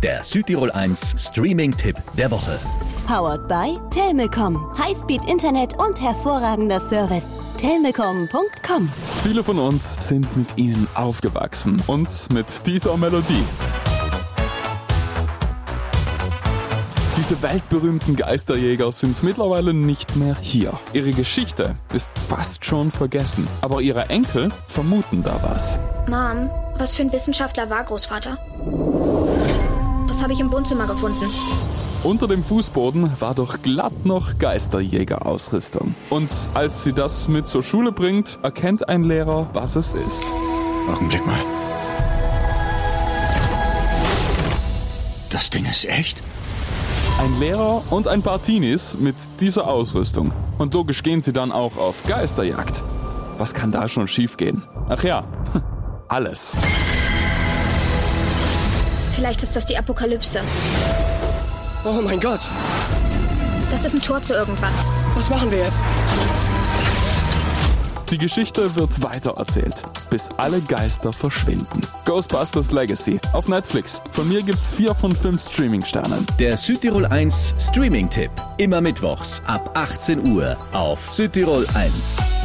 der Südtirol 1 Streaming-Tipp der Woche. Powered by Telmecom. Highspeed-Internet und hervorragender Service. Telmecom.com. Viele von uns sind mit ihnen aufgewachsen und mit dieser Melodie. Diese weltberühmten Geisterjäger sind mittlerweile nicht mehr hier. Ihre Geschichte ist fast schon vergessen, aber ihre Enkel vermuten da was. Mom, was für ein Wissenschaftler war Großvater? Das habe ich im Wohnzimmer gefunden. Unter dem Fußboden war doch glatt noch Geisterjäger-Ausrüstung. Und als sie das mit zur Schule bringt, erkennt ein Lehrer, was es ist. Augenblick mal. Das Ding ist echt? Ein Lehrer und ein paar Teenies mit dieser Ausrüstung. Und logisch gehen sie dann auch auf Geisterjagd. Was kann da schon schiefgehen? Ach ja, alles. Vielleicht ist das die Apokalypse. Oh mein Gott. Das ist ein Tor zu irgendwas. Was machen wir jetzt? Die Geschichte wird weitererzählt, bis alle Geister verschwinden. Ghostbusters Legacy auf Netflix. Von mir gibt's 4 von 5 Streaming-Sternen. Der Südtirol 1 Streaming-Tipp. Immer mittwochs ab 18 Uhr auf Südtirol 1.